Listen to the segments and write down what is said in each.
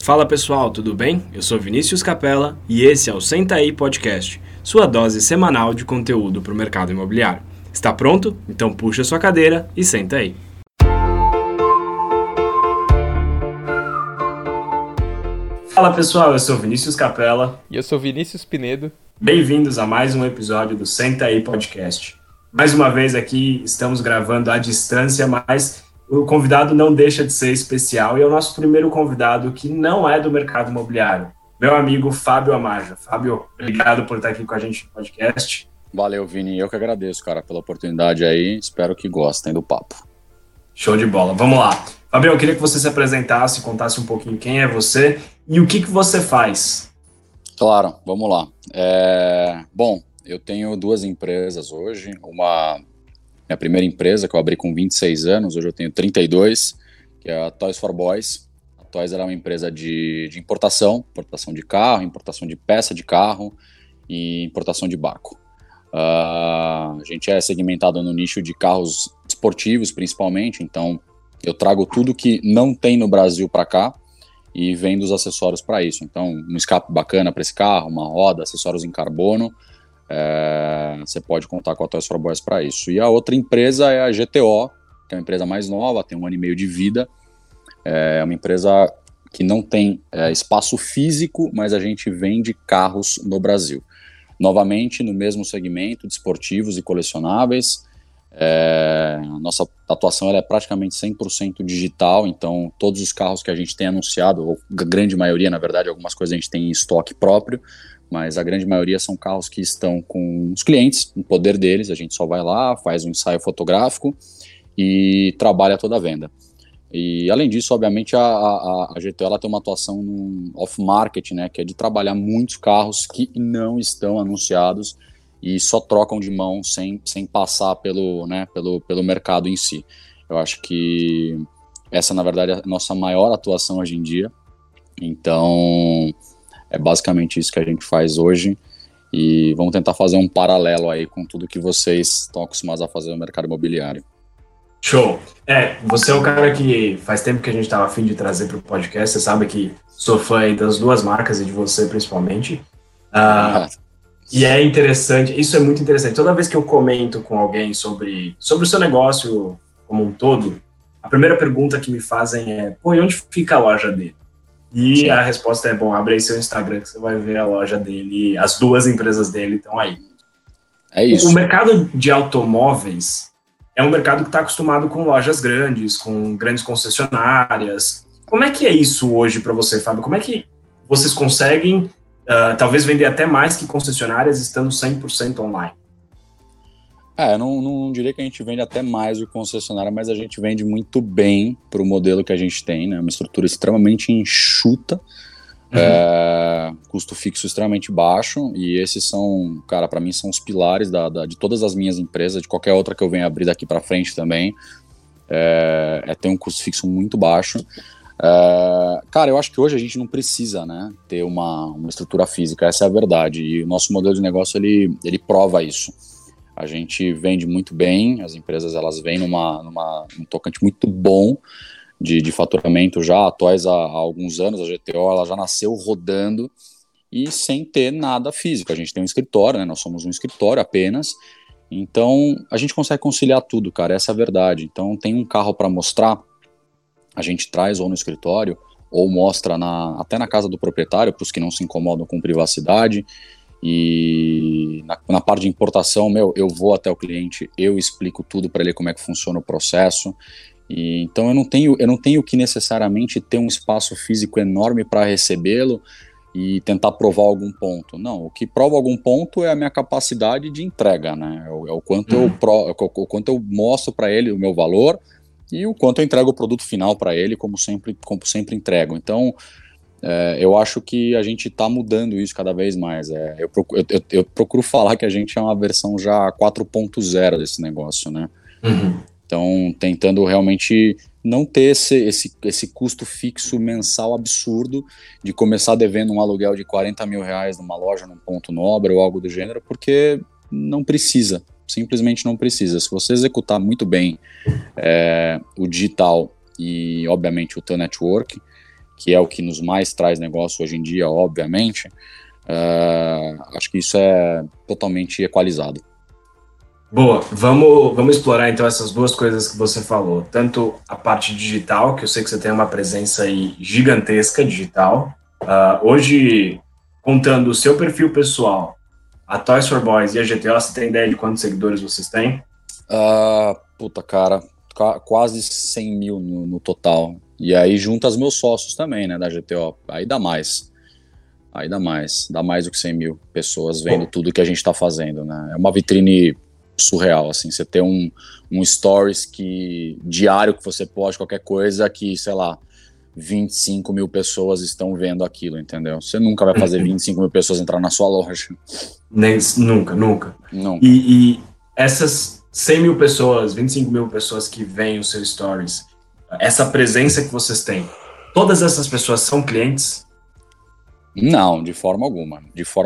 Fala pessoal, tudo bem? Eu sou Vinícius Capella e esse é o Senta Aí Podcast, sua dose semanal de conteúdo para o mercado imobiliário. Está pronto? Então puxa sua cadeira e senta aí. Fala pessoal, eu sou Vinícius Capella. E eu sou Vinícius Pinedo. Bem-vindos a mais um episódio do Senta Aí Podcast. Mais uma vez aqui estamos gravando à distância, mas o convidado não deixa de ser especial e é o nosso primeiro convidado que não é do mercado imobiliário. Meu amigo Fábio Amaja. Fábio, obrigado por estar aqui com a gente no podcast. Valeu, Vini. Eu que agradeço, cara, pela oportunidade aí. Espero que gostem do papo. Show de bola. Vamos lá. Fábio, eu queria que você se apresentasse, contasse um pouquinho quem é você e o que você faz. Claro, vamos lá. Bom, eu tenho duas empresas hoje. Minha primeira empresa, que eu abri com 26 anos, hoje eu tenho 32, que é a Toys for Boys. A Toys era uma empresa de importação de carro, importação de peça de carro e importação de barco. A gente é segmentado no nicho de carros esportivos, principalmente, então eu trago tudo que não tem no Brasil para cá e vendo os acessórios para isso. Então, um escape bacana para esse carro, uma roda, acessórios em carbono. Você pode contar com a Toys for Boys para isso. E a outra empresa é a GTO, que é uma empresa mais nova, tem 1 ano e meio de vida. É uma empresa que não tem espaço físico, mas a gente vende carros no Brasil. Novamente, no mesmo segmento de esportivos e colecionáveis. A nossa atuação ela é praticamente 100% digital, então todos os carros que a gente tem anunciado, ou a grande maioria, na verdade, algumas coisas a gente tem em estoque próprio, mas a grande maioria são carros que estão com os clientes, no poder deles, a gente só vai lá, faz um ensaio fotográfico e trabalha toda a venda. E além disso, obviamente, a GTO ela tem uma atuação no off-market, né, que é de trabalhar muitos carros que não estão anunciados e só trocam de mão sem passar pelo mercado em si. Eu acho que essa, na verdade, é a nossa maior atuação hoje em dia. Então, é basicamente isso que a gente faz hoje e vamos tentar fazer um paralelo aí com tudo que vocês estão acostumados a fazer no mercado imobiliário. Show! Você é o cara que faz tempo que a gente estava a fim de trazer para o podcast, você sabe que sou fã aí das duas marcas e de você principalmente. E é interessante, isso é muito interessante. Toda vez que eu comento com alguém sobre o seu negócio como um todo, a primeira pergunta que me fazem é, e onde fica a loja dele? E sim, a resposta é, abre aí seu Instagram que você vai ver a loja dele, as duas empresas dele estão aí. É isso. O mercado de automóveis é um mercado que está acostumado com lojas grandes, com grandes concessionárias. Como é que é isso hoje para você, Fábio? Como é que vocês conseguem talvez vender até mais que concessionárias estando 100% online? Eu não diria que a gente vende até mais do que concessionária, mas a gente vende muito bem para o modelo que a gente tem, né? Uma estrutura extremamente enxuta, custo fixo extremamente baixo, e esses são, cara, para mim são os pilares de todas as minhas empresas, de qualquer outra que eu venha abrir daqui para frente também, ter um custo fixo muito baixo. Cara, eu acho que hoje a gente não precisa, né, ter uma estrutura física, essa é a verdade, e o nosso modelo de negócio ele prova isso. A gente vende muito bem, as empresas elas vêm num tocante muito bom de faturamento já. A Toys há alguns anos, a GTO ela já nasceu rodando e sem ter nada físico. A gente tem um escritório, né, nós somos um escritório apenas, então a gente consegue conciliar tudo, cara, essa é a verdade. Então tem um carro para mostrar, a gente traz ou no escritório ou mostra até na casa do proprietário, para os que não se incomodam com privacidade. E na parte de importação, eu vou até o cliente, eu explico tudo para ele como é que funciona o processo. E então eu não tenho que necessariamente ter um espaço físico enorme para recebê-lo e tentar provar algum ponto. Não, o que prova algum ponto é a minha capacidade de entrega, né? É o quanto eu mostro para ele o meu valor e o quanto eu entrego o produto final para ele, como sempre entrego. Então, eu acho que a gente está mudando isso cada vez mais. Eu procuro falar que a gente é uma versão já 4.0 desse negócio, né? Então, tentando realmente não ter esse custo fixo mensal absurdo de começar devendo um aluguel de R$40 mil numa loja, num ponto nobre ou algo do gênero, porque não precisa, simplesmente não precisa. Se você executar muito bem o digital e, obviamente, o teu network, que é o que nos mais traz negócio hoje em dia, obviamente, acho que isso é totalmente equalizado. Boa, vamos explorar então essas duas coisas que você falou, tanto a parte digital, que eu sei que você tem uma presença aí gigantesca digital. Hoje, contando o seu perfil pessoal, a Toys for Boys e a GTO, você tem ideia de quantos seguidores vocês têm? Puta, cara, quase 100 mil no total. E aí junta os meus sócios também, né, da GTO. Aí dá mais. Dá mais do que 100 mil pessoas vendo tudo que a gente tá fazendo, né? É uma vitrine surreal, assim, você ter um stories diário que você posta qualquer coisa que, sei lá, 25 mil pessoas estão vendo aquilo, entendeu? Você nunca vai fazer 25 mil pessoas entrar na sua loja. Nunca. E essas 100 mil pessoas, 25 mil pessoas que veem o seu stories, essa presença que vocês têm, todas essas pessoas são clientes? Não, de forma alguma.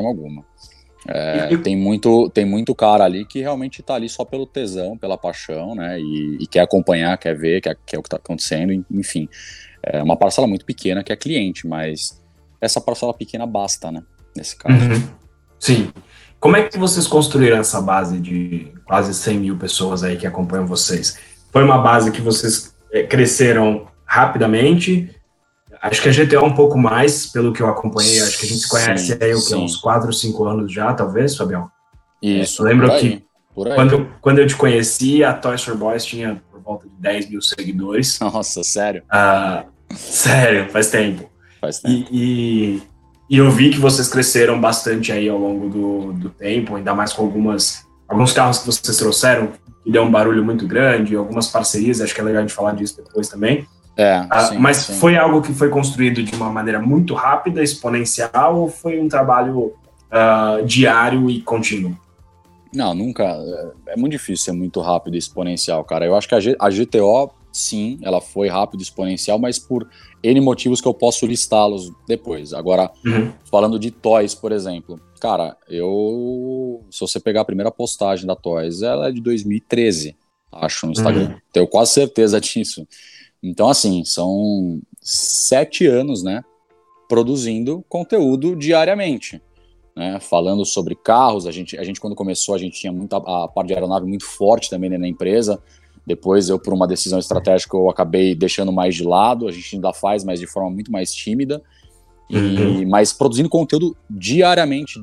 Tem muito cara ali que realmente tá ali só pelo tesão, pela paixão, né? E quer acompanhar, quer ver, quer o que tá acontecendo, enfim. É uma parcela muito pequena que é cliente, mas essa parcela pequena basta, né? Nesse caso. Sim. Como é que vocês construíram essa base de quase 100 mil pessoas aí que acompanham vocês? Foi uma base que vocês cresceram rapidamente? Acho que a GTO é um pouco mais, pelo que eu acompanhei. Acho que a gente se conhece aí uns 4 ou 5 anos já, talvez, Fabião? Isso, eu lembro que por aí. Quando eu te conheci, a Toys for Boys tinha por volta de 10 mil seguidores. Nossa, sério? Sério, faz tempo. E eu vi que vocês cresceram bastante aí ao longo do tempo, ainda mais com alguns carros que vocês trouxeram, que deu um barulho muito grande, algumas parcerias, acho que é legal a gente falar disso depois também. Mas foi algo que foi construído de uma maneira muito rápida, exponencial, ou foi um trabalho diário e contínuo? Não, nunca. É muito difícil ser muito rápido e exponencial, cara. Eu acho que a GTO, sim, ela foi rápido e exponencial, mas por N motivos que eu posso listá-los depois. Agora, falando de Toys, por exemplo, cara, se você pegar a primeira postagem da Toys, ela é de 2013, acho, no Instagram. Tenho quase certeza disso. Então, assim, são 7 anos, né, produzindo conteúdo diariamente, né, falando sobre carros. A gente quando começou, a gente tinha a parte de aeronave muito forte também, né, na empresa. Depois eu, por uma decisão estratégica, eu acabei deixando mais de lado. A gente ainda faz, mas de forma muito mais tímida. Mas produzindo conteúdo diariamente,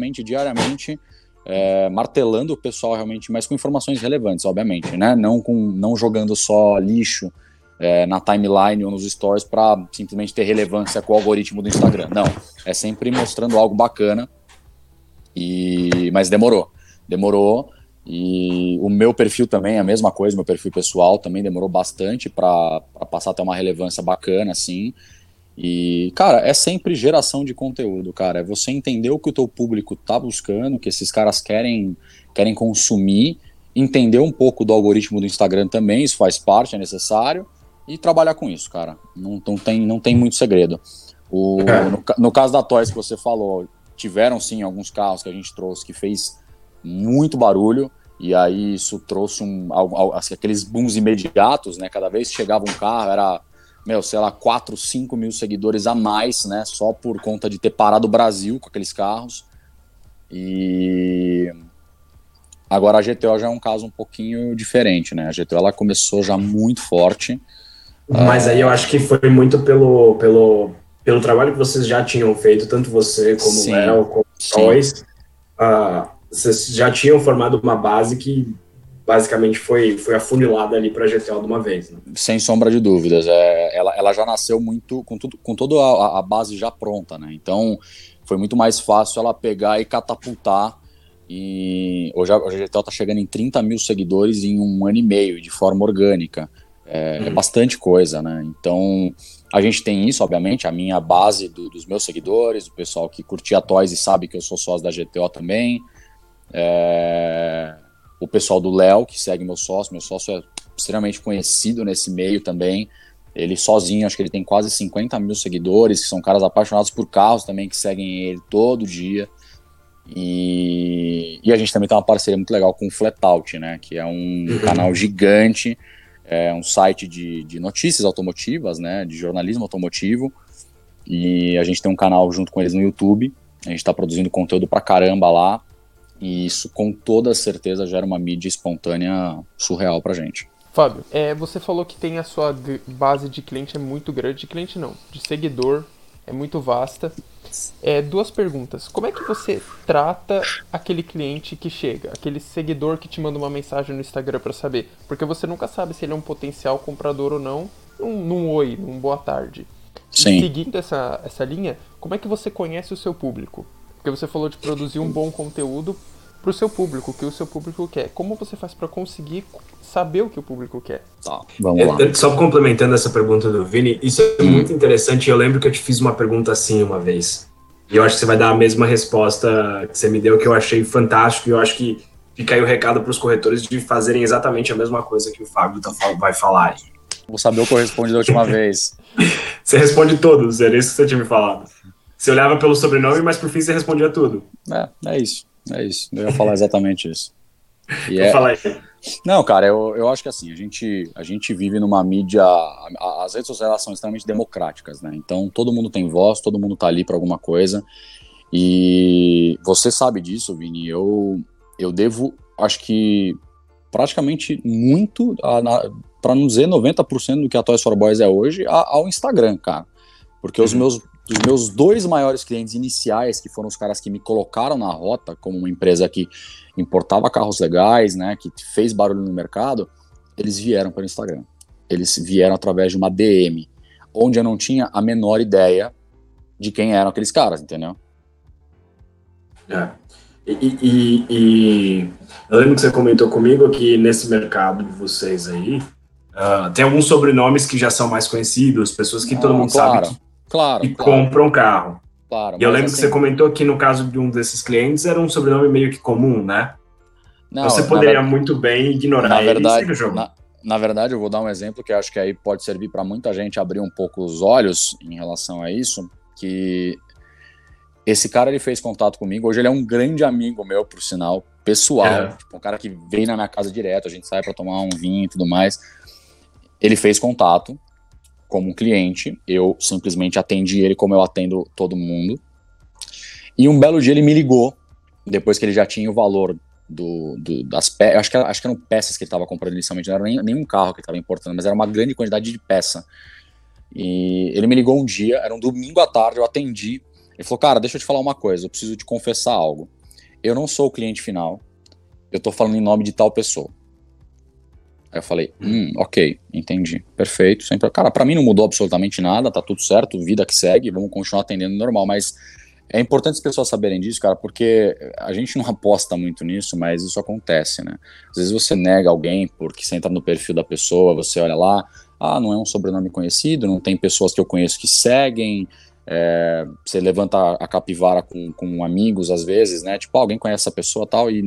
martelando o pessoal realmente, mas com informações relevantes, obviamente, né, não jogando só lixo na timeline ou nos stories para simplesmente ter relevância com o algoritmo do Instagram. Não, é sempre mostrando algo bacana. Mas demorou. E o meu perfil também é a mesma coisa, meu perfil pessoal também demorou bastante para passar a ter uma relevância bacana, assim. E, cara, é sempre geração de conteúdo, cara. É você entender o que o teu público tá buscando, o que esses caras querem consumir, entender um pouco do algoritmo do Instagram também, isso faz parte, é necessário, e trabalhar com isso, cara. Não tem muito segredo. No caso da Toys que você falou, tiveram sim alguns carros que a gente trouxe que fez muito barulho, e aí isso trouxe aqueles booms imediatos, né? Cada vez que chegava um carro era, sei lá, 4, 5 mil seguidores a mais, né? Só por conta de ter parado o Brasil com aqueles carros. E agora a GTO já é um caso um pouquinho diferente, né? A GTO ela começou já muito forte. Mas aí eu acho que foi muito pelo trabalho que vocês já tinham feito, tanto você como o Léo, como o Toys. Vocês já tinham formado uma base que basicamente foi afunilada ali para a GTO de uma vez, né? Sem sombra de dúvidas. Ela já nasceu muito com toda a base já pronta, né? Então foi muito mais fácil ela pegar e catapultar. E hoje a GTO está chegando em 30 mil seguidores em 1 ano e meio, de forma orgânica. É bastante coisa, né? Então a gente tem isso, obviamente, a minha base dos meus seguidores, o pessoal que curtia a Toys e sabe que eu sou sócio da GTO também. O pessoal do Léo, que segue meu sócio é extremamente conhecido nesse meio também. Ele sozinho, acho que ele tem quase 50 mil seguidores, que são caras apaixonados por carros também, que seguem ele todo dia. E a gente também tem uma parceria muito legal com o Flatout, né, que é um canal gigante, é um site de notícias automotivas, né, de jornalismo automotivo, e a gente tem um canal junto com eles no YouTube, a gente tá produzindo conteúdo pra caramba lá, e isso com toda certeza gera uma mídia espontânea surreal pra gente. Fábio, você falou que tem a sua base de cliente é muito grande, de cliente não, de seguidor, é muito vasta. Duas perguntas. Como é que você trata aquele cliente que chega, aquele seguidor que te manda uma mensagem no Instagram para saber? Porque você nunca sabe se ele é um potencial comprador ou não, num oi, num boa tarde. Sim. E seguindo essa linha, como é que você conhece o seu público? Porque você falou de produzir um bom conteúdo para o seu público, o que o seu público quer. Como você faz para conseguir saber o que o público quer? Tá, vamos lá. Só complementando essa pergunta do Vini, isso é muito interessante. Eu lembro que eu te fiz uma pergunta assim uma vez. E eu acho que você vai dar a mesma resposta que você me deu, que eu achei fantástico. E eu acho que fica aí o recado para os corretores de fazerem exatamente a mesma coisa que o Fábio vai falar. Vou saber o que eu respondi da última vez. Você responde todos, era isso que você tinha me falado. Você olhava pelo sobrenome, mas por fim você respondia tudo. É isso. Eu ia falar exatamente isso. Fala aí. Não, cara, eu acho que assim, a gente vive numa mídia, as redes sociais são extremamente democráticas, né? Então todo mundo tem voz, todo mundo tá ali pra alguma coisa, e você sabe disso, Vini, eu devo, acho que praticamente muito, pra não dizer 90% do que a Toys for Boys é hoje, ao Instagram, cara, porque os meus 2 maiores clientes iniciais, que foram os caras que me colocaram na rota como uma empresa que importava carros legais, né, que fez barulho no mercado, eles vieram pelo Instagram. Eles vieram através de uma DM, onde eu não tinha a menor ideia de quem eram aqueles caras, entendeu? E eu lembro que você comentou comigo que nesse mercado de vocês aí, tem alguns sobrenomes que já são mais conhecidos, pessoas que todo mundo sabe que compram um carro. Claro, e eu lembro que você comentou que no caso de um desses clientes era um sobrenome meio que comum, né? Não, você poderia muito bem ignorar ele e segue o jogo. Na verdade, eu vou dar um exemplo que eu acho que aí pode servir para muita gente abrir um pouco os olhos em relação a isso, que esse cara, ele fez contato comigo, hoje ele é um grande amigo meu, por sinal, pessoal, tipo, um cara que vem na minha casa direto, a gente sai para tomar um vinho e tudo mais. Ele fez contato como um cliente, eu simplesmente atendi ele como eu atendo todo mundo, e um belo dia ele me ligou, depois que ele já tinha o valor das peças, acho que eram peças que ele estava comprando inicialmente, não era nem um carro que ele estava importando, mas era uma grande quantidade de peça, e ele me ligou um dia, era um domingo à tarde, eu atendi, ele falou, cara, deixa eu te falar uma coisa, eu preciso te confessar algo, eu não sou o cliente final, eu tô falando em nome de tal pessoa. Aí eu falei, ok, entendi, perfeito. Sempre, cara, pra mim não mudou absolutamente nada, tá tudo certo, vida que segue, vamos continuar atendendo normal, mas é importante as pessoas saberem disso, cara, porque a gente não aposta muito nisso, mas isso acontece, né? Às vezes você nega alguém porque você entra no perfil da pessoa, você olha lá, não é um sobrenome conhecido, não tem pessoas que eu conheço que seguem, você levanta a capivara com amigos às vezes, né? Tipo, alguém conhece essa pessoa tal e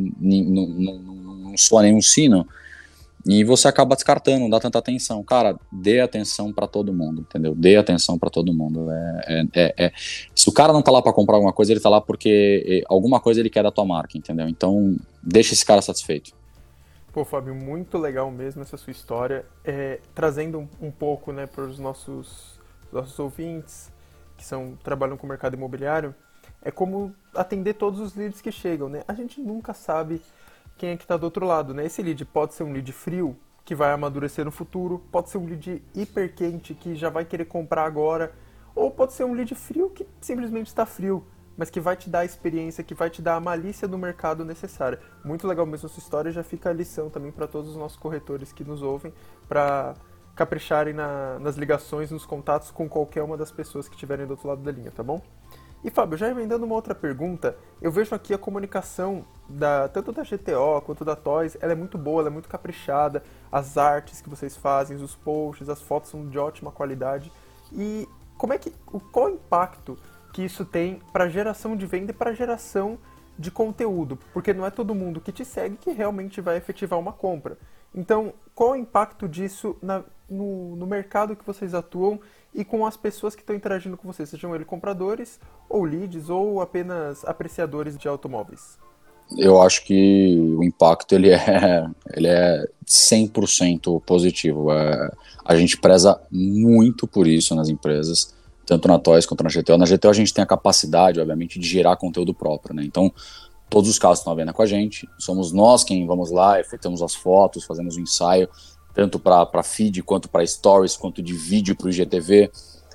não soa nenhum sino. E você acaba descartando, não dá tanta atenção. Cara, dê atenção pra todo mundo, entendeu? Dê atenção pra todo mundo. Se o cara não tá lá pra comprar alguma coisa, ele tá lá porque alguma coisa ele quer da tua marca, entendeu? Então, deixa esse cara satisfeito. Pô, Fábio, muito legal mesmo essa sua história. Trazendo um pouco, né, para os nossos ouvintes que trabalham com o mercado imobiliário, é como atender todos os leads que chegam, né? A gente nunca sabe quem é que está do outro lado, né? Esse lead pode ser um lead frio, que vai amadurecer no futuro, pode ser um lead hiper quente, que já vai querer comprar agora, ou pode ser um lead frio que simplesmente está frio, mas que vai te dar a experiência, que vai te dar a malícia do mercado necessária. Muito legal mesmo a sua história, já fica a lição também para todos os nossos corretores que nos ouvem, para capricharem nas ligações, nos contatos com qualquer uma das pessoas que estiverem do outro lado da linha, tá bom? E, Fábio, já emendando uma outra pergunta, eu vejo aqui a comunicação tanto da GTO quanto da Toys, ela é muito boa, ela é muito caprichada, as artes que vocês fazem, os posts, as fotos são de ótima qualidade. E qual o impacto que isso tem para geração de venda e para geração de conteúdo? Porque não é todo mundo que te segue que realmente vai efetivar uma compra. Então, qual o impacto disso no mercado que vocês atuam e com as pessoas que estão interagindo com vocês, sejam eles compradores, ou leads, ou apenas apreciadores de automóveis? Eu acho que o impacto ele é 100% positivo. A gente preza muito por isso nas empresas. tanto na Toys quanto na GTO. Na GTO a gente tem a capacidade, obviamente, de gerar conteúdo próprio, né? Então, todos os casos estão à venda com a gente, somos nós quem vamos lá, efetuamos as fotos, fazemos o ensaio, tanto para feed, quanto para stories, quanto de vídeo para o IGTV,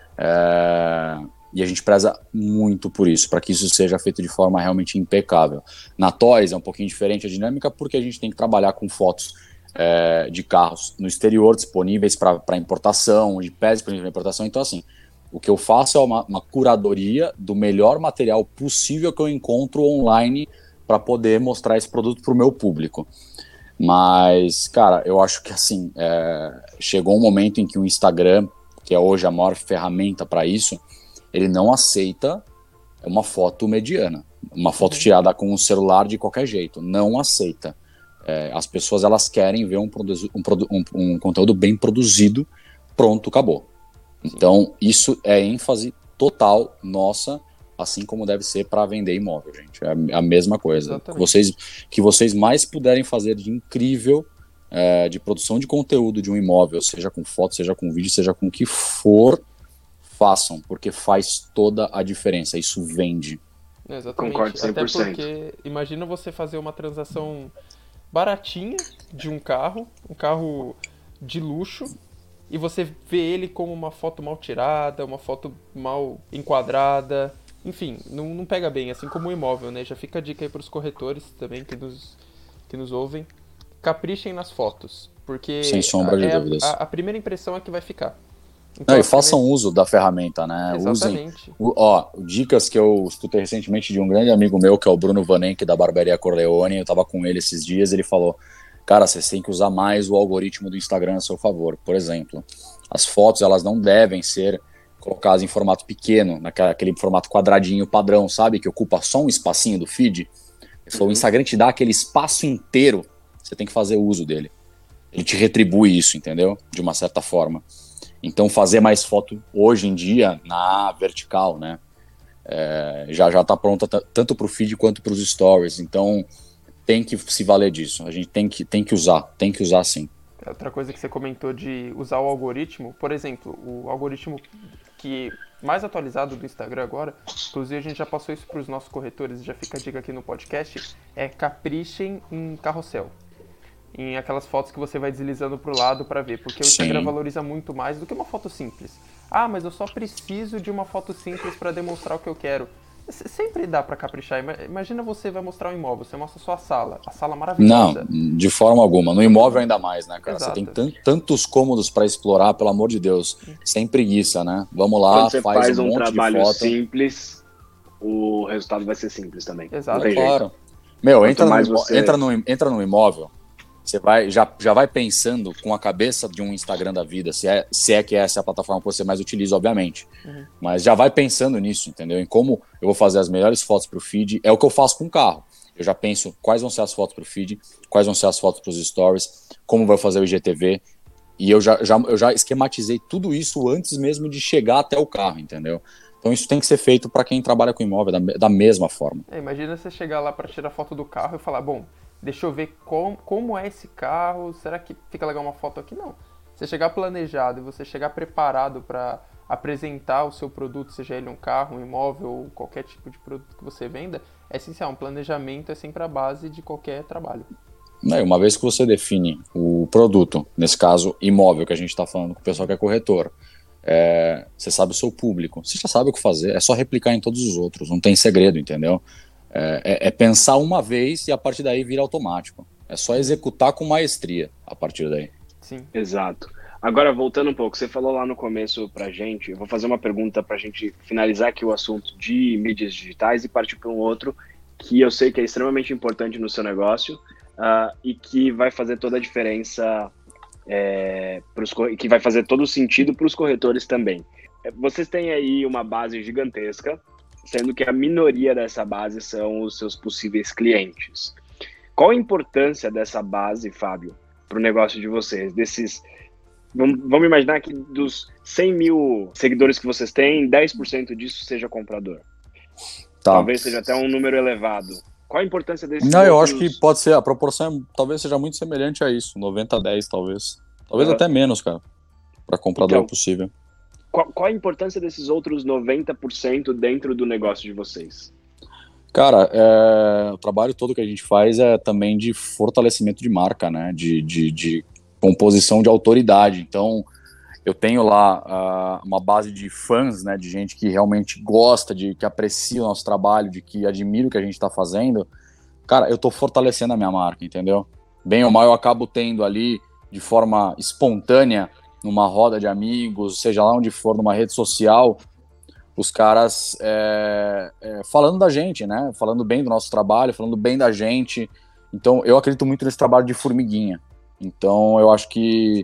e a gente preza muito por isso, para que isso seja feito de forma realmente impecável. Na Toys é um pouquinho diferente a dinâmica, porque a gente tem que trabalhar com fotos de carros no exterior disponíveis para importação, de pés disponíveis para importação. Então, assim, o que eu faço é uma curadoria do melhor material possível que eu encontro online para poder mostrar esse produto para o meu público. Mas, cara, eu acho que, assim, chegou um momento em que o Instagram, que é hoje a maior ferramenta para isso, ele não aceita uma foto mediana, uma foto tirada com um celular de qualquer jeito, não aceita. As pessoas, elas querem ver um conteúdo bem produzido, pronto, acabou. Então, isso é ênfase total nossa, assim como deve ser para vender imóvel, gente. É a mesma coisa. Que vocês mais puderem fazer de incrível, de produção de conteúdo de um imóvel, seja com foto, seja com vídeo, seja com o que for, façam, porque faz toda a diferença. Isso vende. Exatamente. Concordo 100%. Até porque, imagina você fazer uma transação baratinha de um carro de luxo, e você vê ele como uma foto mal tirada, uma foto mal enquadrada, enfim, não pega bem, assim como o imóvel, né? Já fica a dica aí para os corretores também que nos ouvem, caprichem nas fotos, porque sem sombra de dúvidas. A primeira impressão é que vai ficar. Então, e façam uso da ferramenta, né? Exatamente. Usem. Dicas que eu escutei recentemente de um grande amigo meu, que é o Bruno Vanenck, da Barbearia Corleone. Eu tava com ele esses dias, ele falou: cara, vocês têm que usar mais o algoritmo do Instagram a seu favor. Por exemplo, as fotos, elas não devem ser colocadas em formato pequeno, naquele formato quadradinho padrão, sabe? Que ocupa só um espacinho do feed. Ele falou: o Instagram te dá aquele espaço inteiro, você tem que fazer uso dele. Ele te retribui isso, entendeu? De uma certa forma. Então, fazer mais foto hoje em dia na vertical, né? Já está pronta tanto para o feed quanto para os stories. Então, tem que se valer disso. A gente tem que usar sim. Outra coisa que você comentou de usar o algoritmo, por exemplo, o algoritmo que mais atualizado do Instagram agora, inclusive a gente já passou isso para os nossos corretores, já fica a dica aqui no podcast, caprichem em carrossel. Em aquelas fotos que você vai deslizando pro lado para ver, porque o Instagram valoriza muito mais do que uma foto simples. Ah, mas eu só preciso de uma foto simples para demonstrar o que eu quero. Sempre dá para caprichar. Imagina você vai mostrar um imóvel, você mostra sua sala, a sala maravilhosa. Não, de forma alguma. No imóvel ainda mais, né, cara? Exato. Você tem tantos cômodos para explorar, pelo amor de Deus. Sem preguiça, né? Vamos lá, quando você faz um trabalho foto. simples, o resultado vai ser simples também. Exato. Claro. Meu, entra no imóvel. Você já vai pensando com a cabeça de um Instagram da vida, se é que essa é a plataforma que você mais utiliza, obviamente. Mas já vai pensando nisso, entendeu? Em como eu vou fazer as melhores fotos para o feed. É o que eu faço com o carro. Eu já penso quais vão ser as fotos para o feed, quais vão ser as fotos para os stories, como vai fazer o IGTV. E eu já esquematizei tudo isso antes mesmo de chegar até o carro, entendeu? Então isso tem que ser feito para quem trabalha com imóvel da mesma forma. Imagina você chegar lá para tirar foto do carro e falar, bom, deixa eu ver como é esse carro, será que fica legal uma foto aqui? Não. Você chegar planejado e você chegar preparado para apresentar o seu produto, seja ele um carro, um imóvel ou qualquer tipo de produto que você venda, é essencial. Um planejamento é sempre a base de qualquer trabalho. Uma vez que você define o produto, nesse caso imóvel, que a gente está falando com o pessoal que é corretor, você sabe o seu público, você já sabe o que fazer, é só replicar em todos os outros, não tem segredo, entendeu? É pensar uma vez e a partir daí vira automático. É só executar com maestria a partir daí. Sim. Exato. Agora, voltando um pouco, você falou lá no começo pra gente, eu vou fazer uma pergunta pra gente finalizar aqui o assunto de mídias digitais e partir para um outro que eu sei que é extremamente importante no seu negócio e que vai fazer toda a diferença, que vai fazer todo o sentido para os corretores também. Vocês têm aí uma base gigantesca, sendo que a minoria dessa base são os seus possíveis clientes. Qual a importância dessa base, Fábio, para o negócio de vocês? Vamos imaginar que dos 100 mil seguidores que vocês têm, 10% disso seja comprador. Tá. Talvez seja até um número elevado. Qual a importância desse? Não, eu acho que pode ser, a proporção talvez seja muito semelhante a isso, 90-10 talvez. Talvez até menos, cara, para comprador possível. qual a importância desses outros 90% dentro do negócio de vocês? Cara, o trabalho todo que a gente faz é também de fortalecimento de marca, né? De composição de autoridade. Então, eu tenho lá uma base de fãs, né? De gente que realmente gosta, que aprecia o nosso trabalho, que admira o que a gente está fazendo. Cara, eu estou fortalecendo a minha marca, entendeu? Bem ou mal, eu acabo tendo ali, de forma espontânea, numa roda de amigos, seja lá onde for, numa rede social, os caras falando da gente, né? Falando bem do nosso trabalho, falando bem da gente. Então, eu acredito muito nesse trabalho de formiguinha. Então, eu acho que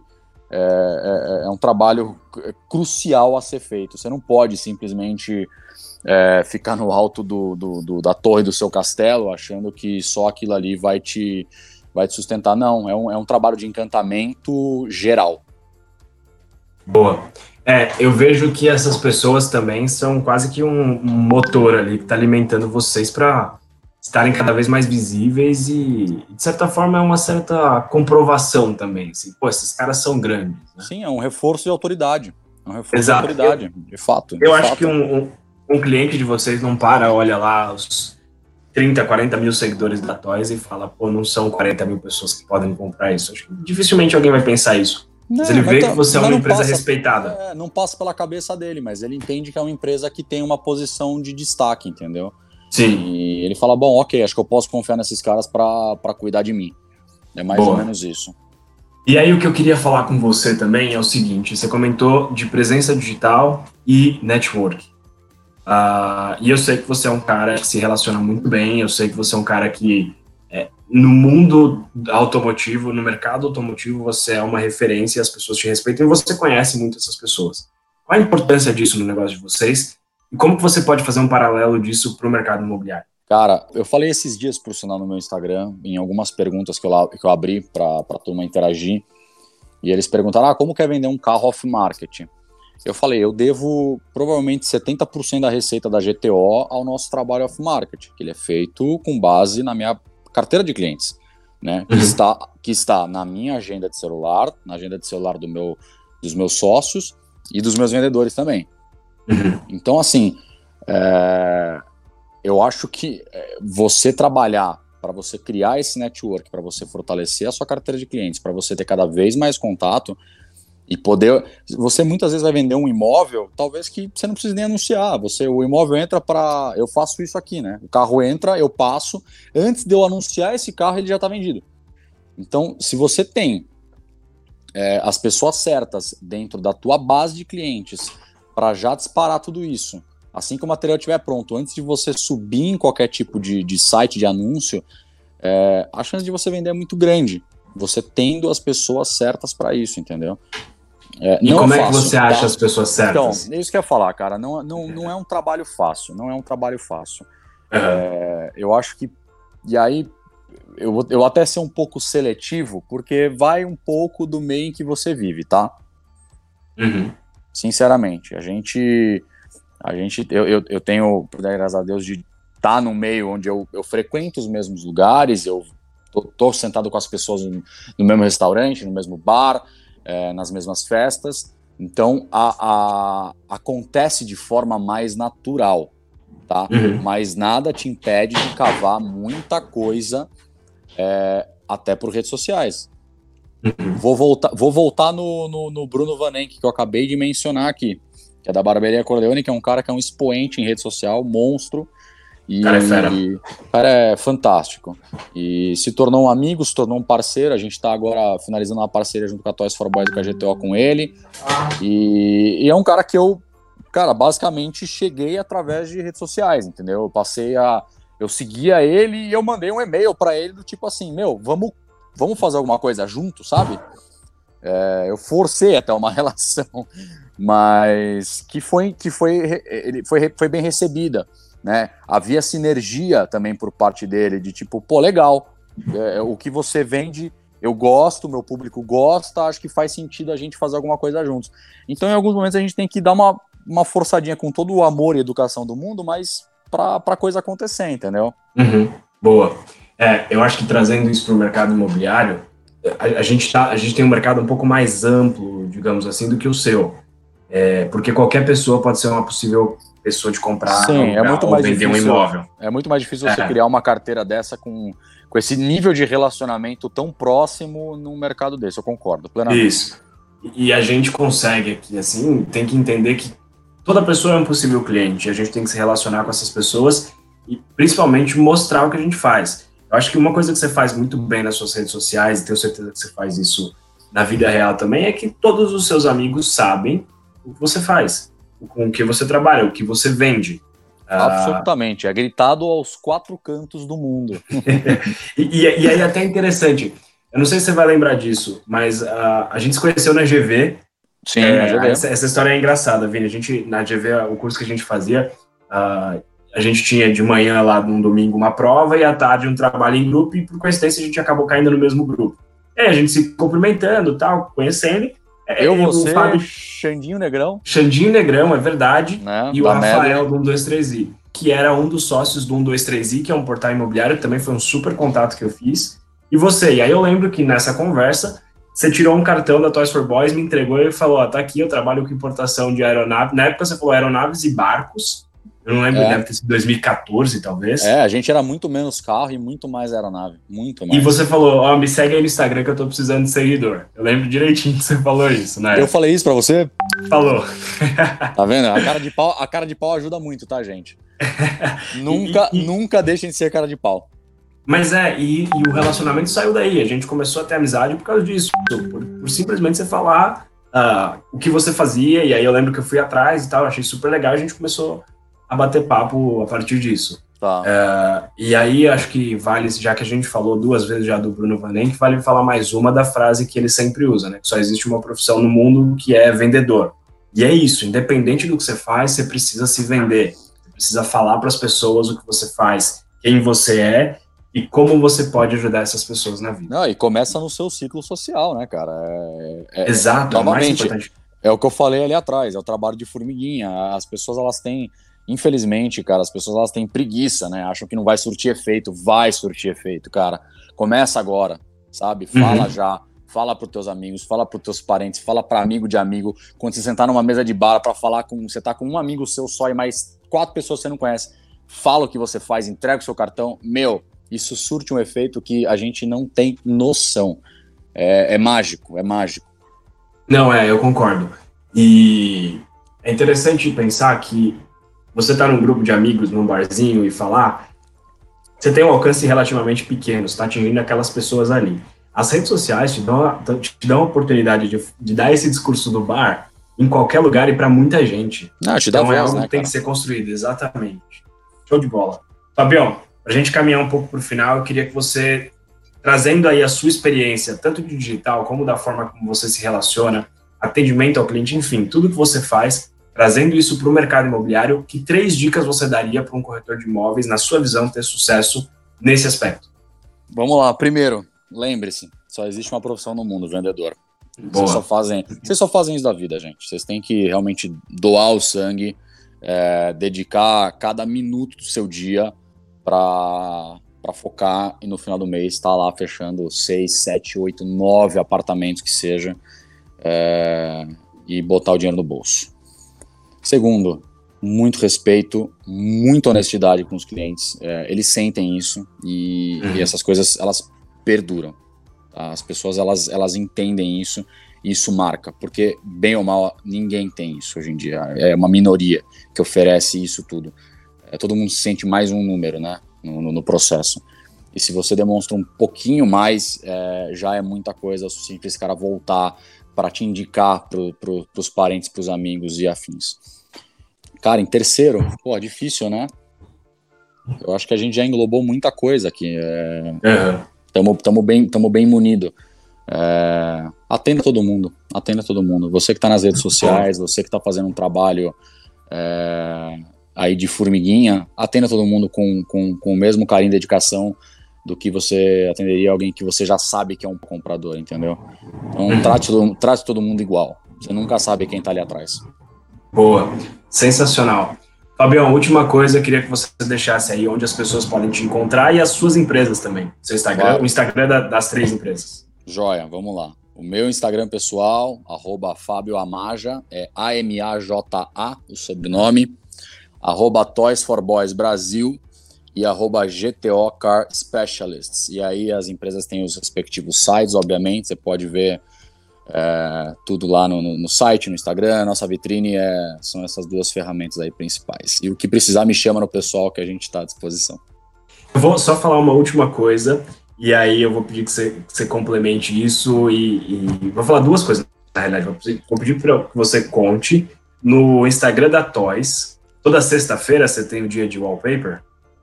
é um trabalho crucial a ser feito. Você não pode simplesmente ficar no alto da torre do seu castelo, achando que só aquilo ali vai te sustentar. Não, é um trabalho de encantamento geral. Boa. Eu vejo que essas pessoas também são quase que um motor ali que está alimentando vocês para estarem cada vez mais visíveis e, de certa forma, é uma certa comprovação também. Assim, pô, esses caras são grandes. Né? Sim, é um reforço de autoridade. Exato. De fato. Eu acho que um cliente de vocês não olha lá os 30, 40 mil seguidores da Toys e fala, pô, não são 40 mil pessoas que podem comprar isso. Acho que dificilmente alguém vai pensar isso. Mas ele vê que você é uma empresa respeitada. Não passa pela cabeça dele, mas ele entende que é uma empresa que tem uma posição de destaque, entendeu? Sim. E ele fala, bom, ok, acho que eu posso confiar nesses caras para cuidar de mim. É mais ou menos isso. E aí o que eu queria falar com você também é o seguinte, você comentou de presença digital e network. E eu sei que você é um cara que se relaciona muito bem, eu sei que você é um cara que no mundo automotivo, no mercado automotivo, você é uma referência, as pessoas te respeitam e você conhece muito essas pessoas. Qual a importância disso no negócio de vocês? E como que você pode fazer um paralelo disso para o mercado imobiliário? Cara, eu falei esses dias, por sinal, no meu Instagram, em algumas perguntas que eu abri para a turma interagir, e eles perguntaram, como quer vender um carro off-market? Eu falei, eu devo provavelmente 70% da receita da GTO ao nosso trabalho off-market, que ele é feito com base na minha carteira de clientes, né? Que está na minha agenda de celular, na agenda de celular dos meus sócios e dos meus vendedores também. Então, assim, eu acho que você trabalhar para você criar esse network, para você fortalecer a sua carteira de clientes, para você ter cada vez mais contato e poder... Você muitas vezes vai vender um imóvel, talvez que você não precise nem anunciar. O imóvel entra para... Eu faço isso aqui, né? O carro entra, eu passo. Antes de eu anunciar esse carro, ele já está vendido. Então, se você tem as pessoas certas dentro da tua base de clientes para já disparar tudo isso, assim que o material estiver pronto, antes de você subir em qualquer tipo de site de anúncio, a chance de você vender é muito grande. Você tendo as pessoas certas para isso, entendeu? E como é que você acha as pessoas certas? Então, é isso que eu ia falar, cara. Não é um trabalho fácil. Não é um trabalho fácil. Eu acho que... E aí, eu até ser um pouco seletivo, porque vai um pouco do meio em que você vive, tá? Sinceramente. Eu tenho, graças a Deus, de estar no meio onde eu frequento os mesmos lugares, eu tô sentado com as pessoas no mesmo restaurante, no mesmo bar, nas mesmas festas, então acontece de forma mais natural, tá? Mas nada te impede de cavar muita coisa até por redes sociais. Vou voltar no Bruno Vanenck, que eu acabei de mencionar aqui, que é da Barbearia Corleone, que é um cara que é um expoente em rede social, monstro. Cara é fera. O cara é fantástico. E se tornou um amigo, se tornou um parceiro. A gente tá agora finalizando uma parceria junto com a Toys for Boys e com a GTO com ele. E é um cara que basicamente cheguei através de redes sociais, entendeu? Eu seguia ele e eu mandei um e-mail pra ele do tipo assim, vamos fazer alguma coisa junto, sabe? Eu forcei até uma relação, mas que foi bem recebida, né? Havia sinergia também por parte dele, de tipo, pô, legal, o que você vende, eu gosto, meu público gosta, acho que faz sentido a gente fazer alguma coisa juntos. Então, em alguns momentos, a gente tem que dar uma forçadinha com todo o amor e educação do mundo, mas pra coisa acontecer, entendeu? Boa. Eu acho que trazendo isso para o mercado imobiliário, a gente tem um mercado um pouco mais amplo, digamos assim, do que o seu. porque qualquer pessoa pode ser uma possível pessoa de comprar, sim, alugar, ou vender um imóvel. É muito mais difícil você criar uma carteira dessa com esse nível de relacionamento tão próximo num mercado desse, eu concordo plenamente. Isso. E a gente consegue aqui, assim, tem que entender que toda pessoa é um possível cliente, a gente tem que se relacionar com essas pessoas e principalmente mostrar o que a gente faz. Eu acho que uma coisa que você faz muito bem nas suas redes sociais, e tenho certeza que você faz isso na vida real também, é que todos os seus amigos sabem o que você faz, com o que você trabalha, o que você vende. Absolutamente, é gritado aos 4 cantos do mundo. e aí até é interessante, eu não sei se você vai lembrar disso, mas a gente se conheceu na GV. Sim, na GV. Essa história é engraçada, Vini. Na GV, o curso que a gente fazia, a gente tinha de manhã lá num domingo uma prova e à tarde um trabalho em grupo e por coincidência a gente acabou caindo no mesmo grupo. A gente se cumprimentando, tal, conhecendo. Você, Xandinho Negrão. Xandinho Negrão, é verdade. Né? E o Rafael do 123i, que era um dos sócios do 123i, que é um portal imobiliário, que também foi um super contato que eu fiz. E você, e aí eu lembro que nessa conversa, você tirou um cartão da Toys for Boys, me entregou e falou, tá aqui, eu trabalho com importação de aeronave. Na época você falou aeronaves e barcos. Eu não lembro, deve ter sido 2014, talvez. A gente era muito menos carro e muito mais aeronave. Muito mais. E você falou, me segue aí no Instagram que eu tô precisando de seguidor. Eu lembro direitinho que você falou isso, né? Eu falei isso pra você? Falou. Tá vendo? A cara de pau ajuda muito, tá, gente? Nunca deixem de ser cara de pau. Mas e o relacionamento saiu daí. A gente começou a ter amizade por causa disso. Por simplesmente você falar o que você fazia. E aí eu lembro que eu fui atrás e tal. Achei super legal. A gente começou a bater papo a partir disso. Tá. E aí acho que vale, já que a gente falou 2 vezes já do Bruno Vanen, que vale falar mais uma da frase que ele sempre usa, né? Que só existe uma profissão no mundo que é vendedor. E é isso. Independente do que você faz, você precisa se vender. Você precisa falar para as pessoas o que você faz, quem você é, e como você pode ajudar essas pessoas na vida. Não, e começa no seu ciclo social, né, cara? Exato, novamente, é o mais importante. É o que eu falei ali atrás, é o trabalho de formiguinha. As pessoas, elas têm, infelizmente, cara, as pessoas, elas têm preguiça, né? Acham que não vai surtir efeito. Vai surtir efeito, cara. Começa agora, sabe? Fala já. Fala pros teus amigos, fala pros teus parentes, fala pra amigo de amigo. Quando você sentar numa mesa de bar pra falar com... Você tá com um amigo seu só e mais 4 pessoas que você não conhece. Fala o que você faz, entrega o seu cartão. Isso surte um efeito que a gente não tem noção. É mágico, é mágico. Não, eu concordo. E é interessante pensar que você tá num grupo de amigos, num barzinho e falar, você tem um alcance relativamente pequeno, você tá atingindo aquelas pessoas ali. As redes sociais te dão a oportunidade de dar esse discurso do bar em qualquer lugar e para muita gente. Então é algo que tem que ser construído, exatamente. Show de bola. Fabião, para a gente caminhar um pouco para o final, eu queria que você, trazendo aí a sua experiência, tanto de digital como da forma como você se relaciona, atendimento ao cliente, enfim, tudo que você faz, trazendo isso para o mercado imobiliário, que 3 dicas você daria para um corretor de imóveis, na sua visão, ter sucesso nesse aspecto? Vamos lá. Primeiro, lembre-se, só existe uma profissão no mundo, vendedor. Vocês só fazem isso da vida, gente. Vocês têm que realmente doar o sangue, dedicar cada minuto do seu dia para focar e no final do mês estar lá fechando 6, 7, 8, 9 apartamentos que seja e botar o dinheiro no bolso. Segundo, muito respeito, muita honestidade com os clientes. Eles sentem isso e essas coisas, elas perduram. Tá? As pessoas, elas entendem isso e isso marca, porque bem ou mal, ninguém tem isso hoje em dia. É uma minoria que oferece isso tudo. Todo mundo se sente mais um número, né, no processo. E se você demonstra um pouquinho mais, já é muita coisa o suficiente para esse cara voltar para te indicar pros parentes, pros amigos e afins. Cara, em terceiro, difícil, né? Eu acho que a gente já englobou muita coisa aqui. Tamo bem munido. Atenda todo mundo. Você que tá nas redes sociais, você que tá fazendo um trabalho aí de formiguinha, atenda todo mundo com o mesmo carinho e dedicação do que você atenderia alguém que você já sabe que é um comprador, entendeu? Então trate todo mundo igual. Você nunca sabe quem tá ali atrás. Boa, sensacional. Fabião, última coisa, eu queria que você deixasse aí onde as pessoas podem te encontrar e as suas empresas também. Seu Instagram, claro. O Instagram das 3 empresas. Joia, vamos lá. O meu Instagram pessoal, @FábioAmaja, é AMAJA, o sobrenome, @Toys for Boys Brasil e @GTO Car Specialists. E aí as empresas têm os respectivos sites, obviamente, você pode ver tudo lá no site, no Instagram. Nossa vitrine são essas duas ferramentas aí principais. E o que precisar, me chama no pessoal que a gente está à disposição. Eu vou só falar uma última coisa, e aí eu vou pedir que você complemente isso, e vou falar duas coisas, na realidade. Vou pedir para que você conte no Instagram da Toys. Toda sexta-feira você tem o dia de wallpaper?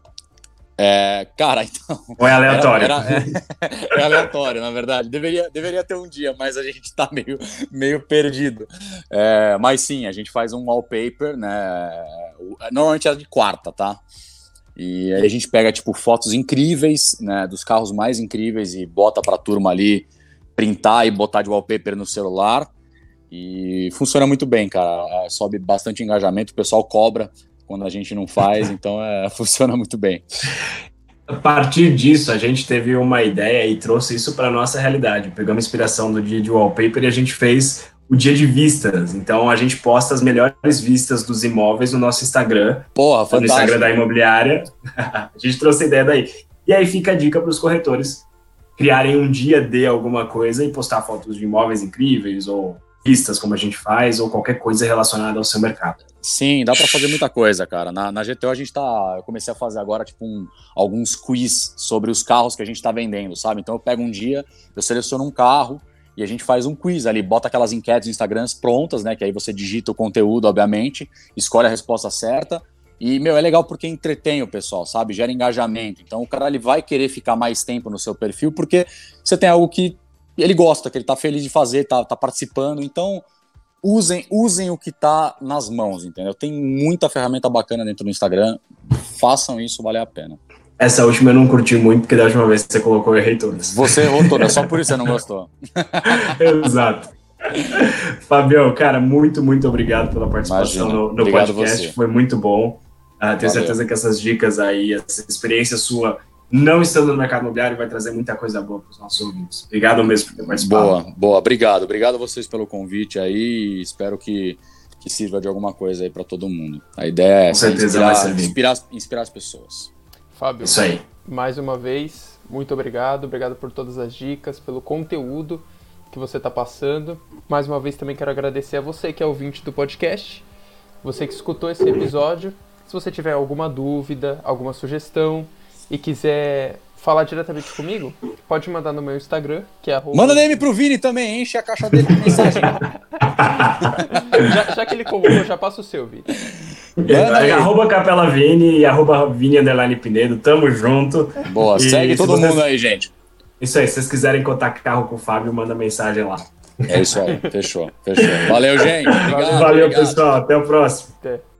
Cara, então... Ou é aleatório? É aleatório, na verdade. Deveria ter um dia, mas a gente tá meio perdido. Mas sim, a gente faz um wallpaper, né? Normalmente é de quarta, tá? E aí a gente pega, tipo, fotos incríveis, né, dos carros mais incríveis e bota pra turma ali printar e botar de wallpaper no celular. E funciona muito bem, cara. Sobe bastante engajamento, o pessoal cobra quando a gente não faz, então funciona muito bem. A partir disso, a gente teve uma ideia e trouxe isso para nossa realidade. Pegamos inspiração do dia de wallpaper e a gente fez o dia de vistas. Então, a gente posta as melhores vistas dos imóveis no nosso Instagram. Porra, fantástico. No Instagram da imobiliária. A gente trouxe a ideia daí. E aí fica a dica para os corretores criarem um dia de alguma coisa e postar fotos de imóveis incríveis ou vistas, como a gente faz, ou qualquer coisa relacionada ao seu mercado. Sim, dá para fazer muita coisa, cara. Na GTO eu comecei a fazer agora tipo alguns quiz sobre os carros que a gente está vendendo, sabe? Então eu pego um dia, eu seleciono um carro e a gente faz um quiz ali, bota aquelas enquetes no Instagram prontas, né? Que aí você digita o conteúdo, obviamente, escolhe a resposta certa e, é legal porque entretém o pessoal, sabe? Gera engajamento. Então o cara ele vai querer ficar mais tempo no seu perfil porque você tem algo que ele gosta, que ele tá feliz de fazer, tá participando, então usem o que tá nas mãos, entendeu? Tem muita ferramenta bacana dentro do Instagram, façam isso, vale a pena. Essa última eu não curti muito, porque da última vez que você colocou eu errei todas. Você errou todas, só por isso você não gostou. Exato. Fabião, cara, muito obrigado pela participação no podcast, foi muito bom. Tenho certeza que essas dicas aí, essa experiência sua, não estando no mercado imobiliário, vai trazer muita coisa boa para os nossos ouvintes. Obrigado mesmo por ter participado. Boa, obrigado. Obrigado a vocês pelo convite aí, espero que sirva de alguma coisa aí para todo mundo. A ideia é essa, inspirar as pessoas. Fábio, isso aí. Mais uma vez, muito obrigado por todas as dicas, pelo conteúdo que você está passando. Mais uma vez também quero agradecer a você que é ouvinte do podcast, você que escutou esse episódio. Se você tiver alguma dúvida, alguma sugestão e quiser falar diretamente comigo, pode mandar no meu Instagram, que é Manda DM pro Vini também, enche a caixa dele com mensagem. já que ele colocou, já passa o seu, Vini. @CapelaVini e @Vini_Pinedo, tamo junto. Boa, segue todo mundo aí, gente. Isso aí, se vocês quiserem contar carro com o Fábio, manda mensagem lá. É isso aí, fechou. Valeu, gente. Valeu, pessoal, até o próximo. Até.